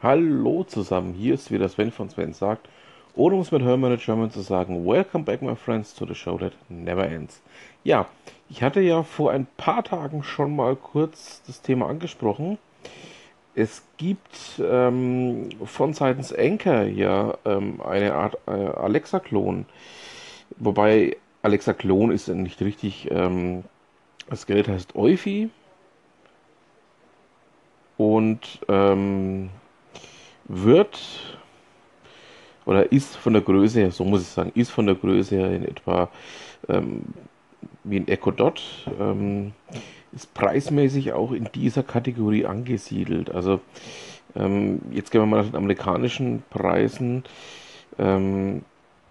Hallo zusammen, hier ist wieder Sven von Sven sagt, oder um es mit Hermann in German zu sagen, Welcome back my friends to the show that never ends. Ja, ich hatte ja vor ein paar Tagen schon mal kurz das Thema angesprochen. Es gibt von seitens Anker ja eine Art Alexa-Klon, wobei Alexa-Klon ist ja nicht richtig. Das Gerät heißt Eufy und wird oder ist von der Größe her, so muss ich sagen, ist von der Größe her in etwa ähm, wie ein Echo Dot, ist preismäßig auch in dieser Kategorie angesiedelt. Also jetzt gehen wir mal nach den amerikanischen Preisen. Ähm,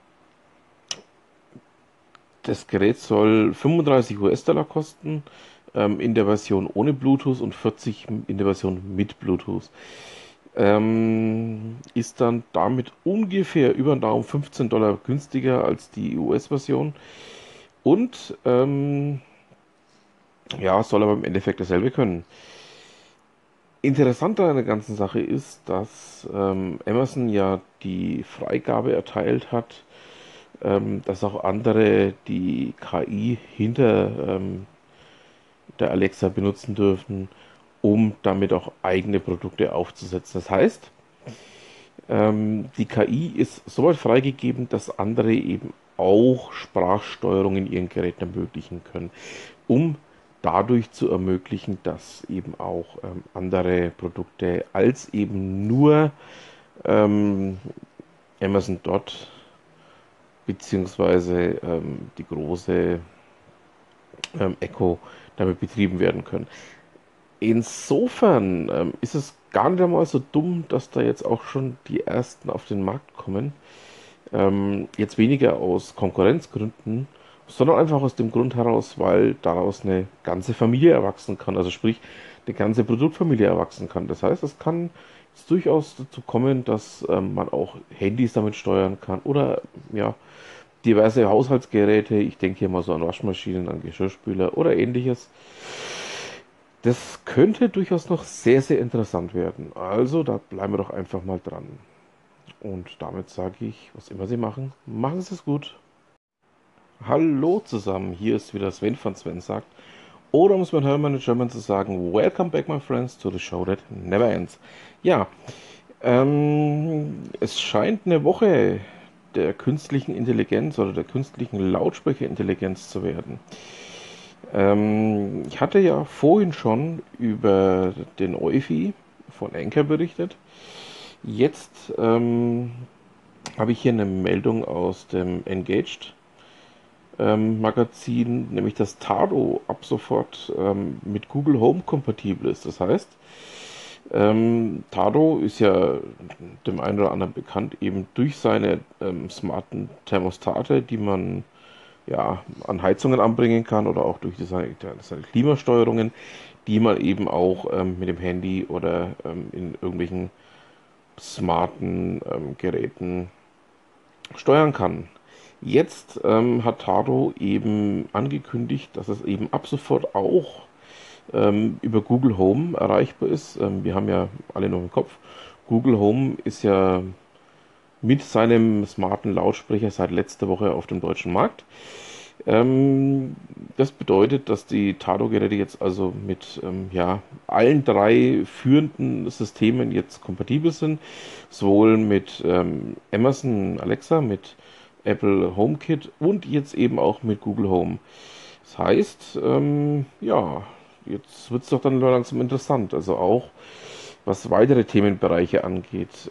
Das Gerät soll 35 US-Dollar kosten, in der Version ohne Bluetooth und 40 in der Version mit Bluetooth. Ist dann damit ungefähr über den Daumen 15 Dollar günstiger als die US-Version und ja, soll aber im Endeffekt dasselbe können. Interessant an der ganzen Sache ist, dass Amazon ja die Freigabe erteilt hat, dass auch andere die KI hinter der Alexa benutzen dürfen, um damit auch eigene Produkte aufzusetzen. Das heißt, die KI ist soweit freigegeben, dass andere eben auch Sprachsteuerung in ihren Geräten ermöglichen können, um dadurch zu ermöglichen, dass eben auch andere Produkte als eben nur ähm, Amazon Dot beziehungsweise die große Echo damit betrieben werden können. Insofern ist es gar nicht einmal so dumm, dass da jetzt auch schon die ersten auf den Markt kommen. Jetzt weniger aus Konkurrenzgründen, sondern einfach aus dem Grund heraus, weil daraus eine ganze Familie erwachsen kann. Also sprich, eine ganze Produktfamilie erwachsen kann. Das heißt, es kann jetzt durchaus dazu kommen, dass man auch Handys damit steuern kann oder ja, diverse Haushaltsgeräte. Ich denke hier mal so an Waschmaschinen, an Geschirrspüler oder ähnliches. Das könnte durchaus noch sehr, sehr interessant werden. Also, da bleiben wir doch einfach mal dran. Und damit sage ich, was immer Sie machen, machen Sie es gut. Hallo zusammen, hier ist wieder Sven von Sven sagt. Oder um es mit Hermann in German zu sagen, Welcome back my friends to the show that never ends. Ja, es scheint eine Woche der künstlichen Intelligenz oder der künstlichen Lautsprecherintelligenz zu werden. Ich hatte ja vorhin schon über den Eufy von Anker berichtet. Jetzt habe ich hier eine Meldung aus dem Engaged Magazin, nämlich dass Tado ab sofort mit Google Home kompatibel ist. Das heißt, Tado ist ja dem einen oder anderen bekannt eben durch seine smarten Thermostate, die man ja an Heizungen anbringen kann oder auch durch seine Klimasteuerungen, die man eben auch mit dem Handy oder in irgendwelchen smarten Geräten steuern kann. Jetzt hat Tado eben angekündigt, dass es eben ab sofort auch über Google Home erreichbar ist. Wir haben ja alle noch im Kopf, Google Home ist ja mit seinem smarten Lautsprecher seit letzter Woche auf dem deutschen Markt. Das bedeutet, dass die Tado-Geräte jetzt also mit ja, allen drei führenden Systemen jetzt kompatibel sind. Sowohl mit Amazon Alexa, mit Apple HomeKit und jetzt eben auch mit Google Home. Das heißt, ja, jetzt wird es doch dann langsam interessant. Also auch was weitere Themenbereiche angeht.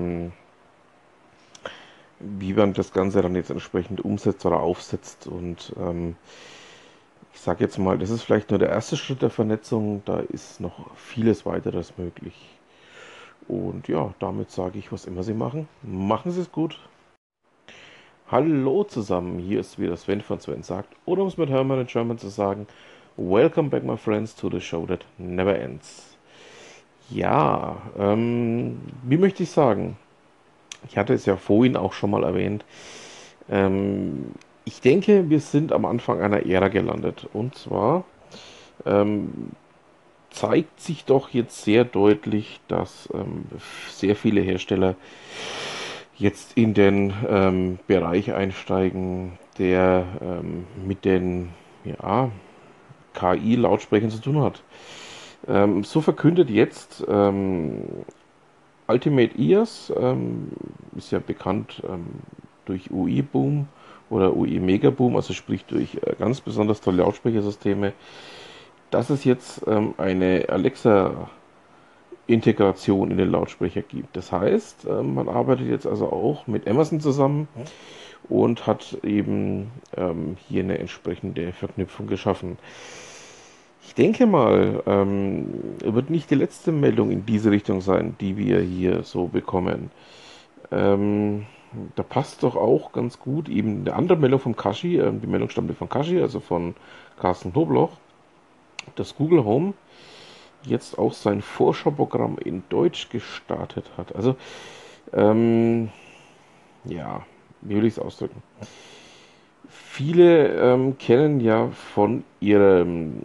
Wie man das Ganze dann jetzt entsprechend umsetzt oder aufsetzt. Und ich sage jetzt mal, das ist vielleicht nur der erste Schritt der Vernetzung, da ist noch vieles weiteres möglich. Und ja, damit sage ich, was immer Sie machen, machen Sie es gut. Hallo zusammen, hier ist wieder Sven von Sven sagt, oder um es mit Hermann in German zu sagen, Welcome back my friends to the show that never ends. Ja, wie möchte ich sagen? Ich hatte es ja vorhin auch schon mal erwähnt. Ähm, Ich denke, wir sind am Anfang einer Ära gelandet. Und zwar zeigt sich doch jetzt sehr deutlich, dass sehr viele Hersteller jetzt in den Bereich einsteigen, der mit den ja, KI-Lautsprechern zu tun hat. So verkündet jetzt Ultimate Ears, ist ja bekannt durch UI-Boom oder UI-Mega-Boom, also sprich durch ganz besonders tolle Lautsprechersysteme, dass es jetzt eine Alexa-Integration in den Lautsprecher gibt. Das heißt, man arbeitet jetzt also auch mit Amazon zusammen und hat eben hier eine entsprechende Verknüpfung geschaffen. Ich denke mal, wird nicht die letzte Meldung in diese Richtung sein, die wir hier so bekommen. Ähm, Da passt doch auch ganz gut eben eine andere Meldung vom Kashi, die Meldung stammte von Kashi, also von Carsten Knobloch, dass Google Home jetzt auch sein Vorschauprogramm in Deutsch gestartet hat. Also, ähm, ja, wie will ich es ausdrücken? Viele kennen ja von ihrem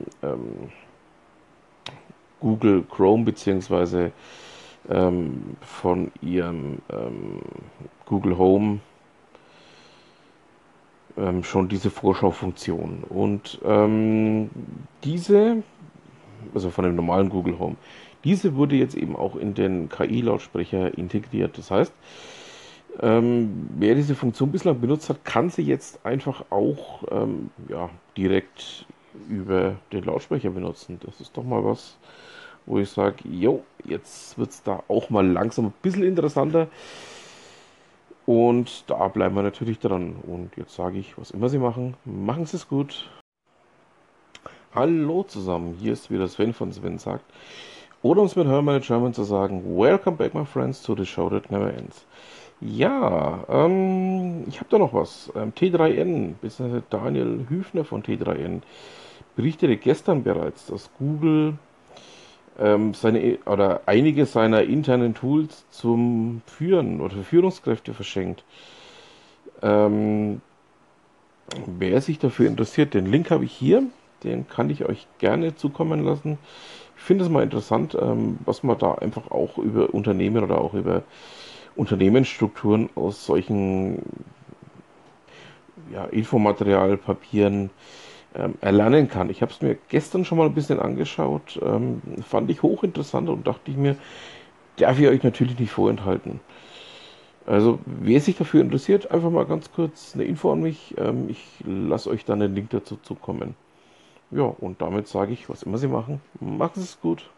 Google Chrome beziehungsweise von ihrem Google Home schon diese Vorschaufunktion. Und diese, also von dem normalen Google Home, diese wurde jetzt eben auch in den KI-Lautsprecher integriert. Das heißt, wer diese Funktion bislang benutzt hat, kann sie jetzt einfach auch ja, direkt über den Lautsprecher benutzen. Das ist doch mal was, wo ich sage, jo, jetzt wird es da auch mal langsam ein bisschen interessanter. Und da bleiben wir natürlich dran. Und jetzt sage ich, was immer Sie machen, machen Sie es gut. Hallo zusammen, hier ist wieder Sven von Sven sagt. Oder um es mit Hermann in German zu sagen, Welcome back my friends to the show that never ends. Ja, ich habe da noch was. T3N, bzw. Daniel Hüfner von T3N, berichtete gestern bereits, dass Google seine oder einige seiner internen Tools zum Führen oder für Führungskräfte verschenkt. Ähm, Wer sich dafür interessiert, den Link habe ich hier. Den kann ich euch gerne zukommen lassen. Ich finde es mal interessant, was man da einfach auch über Unternehmen oder auch über Unternehmensstrukturen aus solchen ja, Infomaterialpapieren erlernen kann. Ich habe es mir gestern schon mal ein bisschen angeschaut, fand ich hochinteressant und dachte ich mir, darf ich euch natürlich nicht vorenthalten. Also, wer sich dafür interessiert, einfach mal ganz kurz eine Info an mich. Ich lasse euch dann den Link dazu zukommen. Ja, und damit sage ich, was immer Sie machen, machen Sie es gut.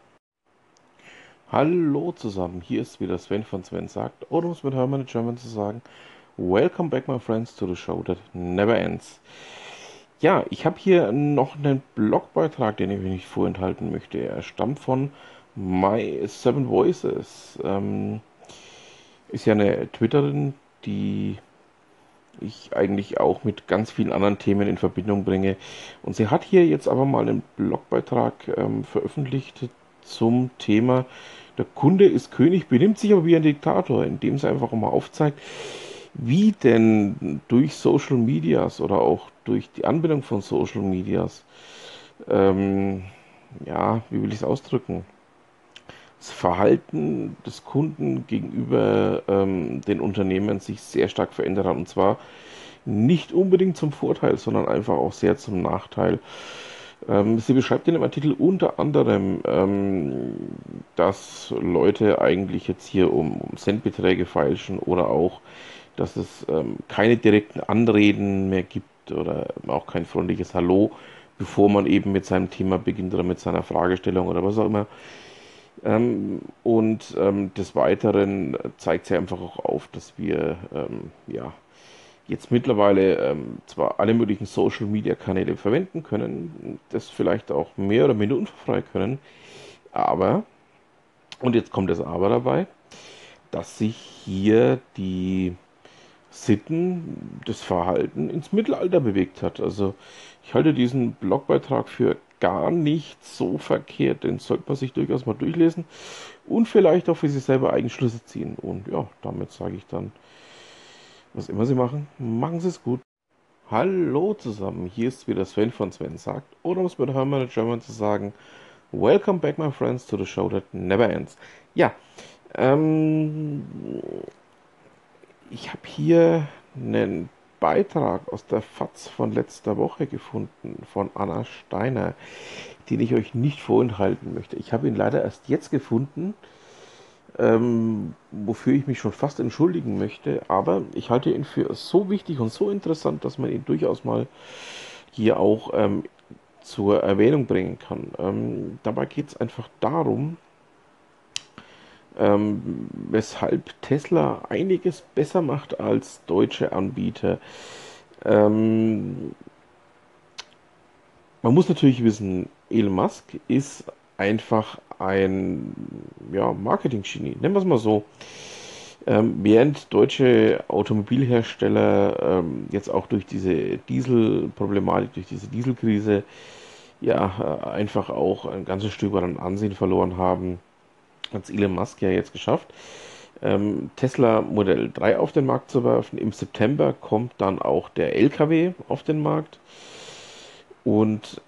Hallo zusammen, hier ist wieder Sven von Sven sagt, oder um es mit Hermann in German zu sagen, Welcome back my friends to the show that never ends. Ja, ich habe hier noch einen Blogbeitrag, den ich mir nicht vorenthalten möchte. Er stammt von My Seven Voices. Ist ja eine Twitterin, die ich eigentlich auch mit ganz vielen anderen Themen in Verbindung bringe. Und sie hat hier jetzt aber mal einen Blogbeitrag veröffentlicht zum Thema Der Kunde ist König, benimmt sich aber wie ein Diktator, indem sie einfach mal aufzeigt, wie denn durch Social Medias oder auch durch die Anbindung von Social Medias, ähm, ja, wie will ich es ausdrücken? Das Verhalten des Kunden gegenüber den Unternehmen sich sehr stark verändert hat. Und zwar nicht unbedingt zum Vorteil, sondern einfach auch sehr zum Nachteil. Sie beschreibt in dem Artikel unter anderem, dass Leute eigentlich jetzt hier um Centbeträge feilschen oder auch, dass es keine direkten Anreden mehr gibt oder auch kein freundliches Hallo, bevor man eben mit seinem Thema beginnt oder mit seiner Fragestellung oder was auch immer. Und des Weiteren zeigt sie einfach auch auf, dass wir ja, jetzt mittlerweile zwar alle möglichen Social Media Kanäle verwenden können, das vielleicht auch mehr oder minder unfallfrei können, aber, und jetzt kommt das Aber dabei, dass sich hier die Sitten, das Verhalten ins Mittelalter bewegt hat. Also ich halte diesen Blogbeitrag für gar nicht so verkehrt, den sollte man sich durchaus mal durchlesen und vielleicht auch für sich selber Eigenschlüsse ziehen. Und ja, damit sage ich dann, was immer Sie machen, machen Sie es gut. Hallo zusammen, hier ist wieder Sven von Sven sagt, oder um es mit Hermann in German zu sagen, Welcome back, my friends, to the show that never ends. Ja, ähm, ich habe hier einen Beitrag aus der FAZ von letzter Woche gefunden, von Anna Steiner, den ich euch nicht vorenthalten möchte. Ich habe ihn leider erst jetzt gefunden, wofür ich mich schon fast entschuldigen möchte, aber ich halte ihn für so wichtig und so interessant, dass man ihn durchaus mal hier auch zur Erwähnung bringen kann. Dabei geht es einfach darum, weshalb Tesla einiges besser macht als deutsche Anbieter. Ähm, Man muss natürlich wissen, Elon Musk ist einfach ein Marketing-Genie, nennen wir es mal so. Während deutsche Automobilhersteller jetzt auch durch diese Dieselproblematik, durch diese Dieselkrise, einfach auch ein ganzes Stück weit an Ansehen verloren haben, hat es Elon Musk ja jetzt geschafft, Tesla Modell 3 auf den Markt zu werfen. Im September kommt dann auch der LKW auf den Markt. Und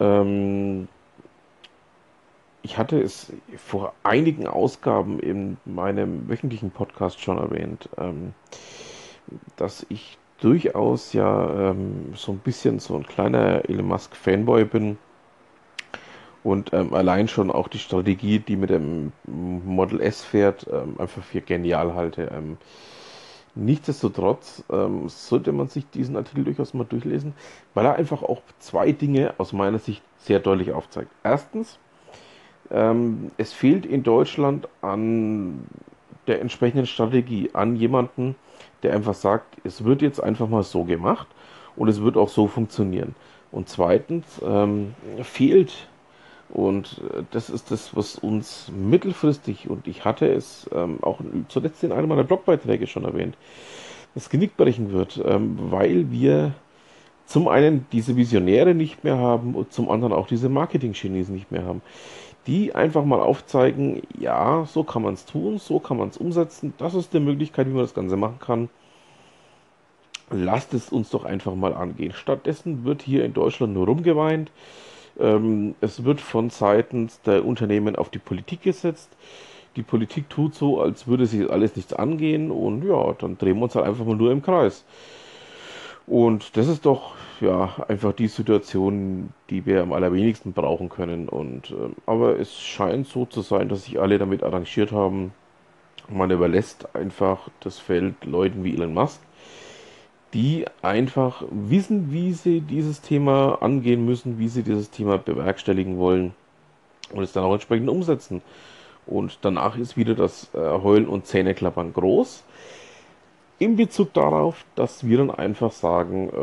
ich hatte es vor einigen Ausgaben in meinem wöchentlichen Podcast schon erwähnt, dass ich durchaus so ein bisschen so ein kleiner Elon Musk Fanboy bin und allein schon auch die Strategie, die mit dem Model S fährt, einfach für genial halte. Nichtsdestotrotz sollte man sich diesen Artikel durchaus mal durchlesen, weil er einfach auch zwei Dinge aus meiner Sicht sehr deutlich aufzeigt. Erstens, es fehlt in Deutschland an der entsprechenden Strategie, an jemanden, der einfach sagt, es wird jetzt einfach mal so gemacht und es wird auch so funktionieren. Und zweitens fehlt, und das ist das, was uns mittelfristig, und ich hatte es auch zuletzt in einem meiner Blogbeiträge schon erwähnt, das Genick brechen wird, weil wir zum einen diese Visionäre nicht mehr haben und zum anderen auch diese Marketing-Genies nicht mehr haben, die einfach mal aufzeigen, ja, so kann man es tun, so kann man es umsetzen, das ist die Möglichkeit, wie man das Ganze machen kann. Lasst es uns doch einfach mal angehen. Stattdessen wird hier in Deutschland nur rumgeweint. Es wird von seitens der Unternehmen auf die Politik gesetzt. Die Politik tut so, als würde sich alles nichts angehen und ja, dann drehen wir uns halt einfach mal nur im Kreis. Und das ist doch einfach die Situation, die wir am allerwenigsten brauchen können. Und aber es scheint so zu sein, dass sich alle damit arrangiert haben. Man überlässt einfach das Feld Leuten wie Elon Musk, die einfach wissen, wie sie dieses Thema angehen müssen, wie sie dieses Thema bewerkstelligen wollen und es dann auch entsprechend umsetzen. Und danach ist wieder das Heulen und Zähneklappern groß. In Bezug darauf, dass wir dann einfach sagen,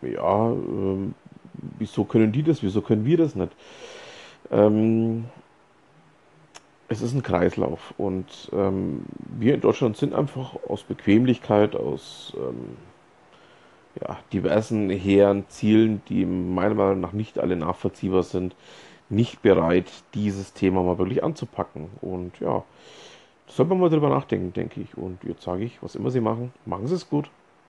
wieso können die das, wieso können wir das nicht? Ähm, Es ist ein Kreislauf und wir in Deutschland sind einfach aus Bequemlichkeit, aus diversen hehren Zielen, die meiner Meinung nach nicht alle nachvollziehbar sind, nicht bereit, dieses Thema mal wirklich anzupacken. Und ja, da sollte man mal drüber nachdenken, denke ich. Und jetzt sage ich, was immer Sie machen, machen Sie es gut.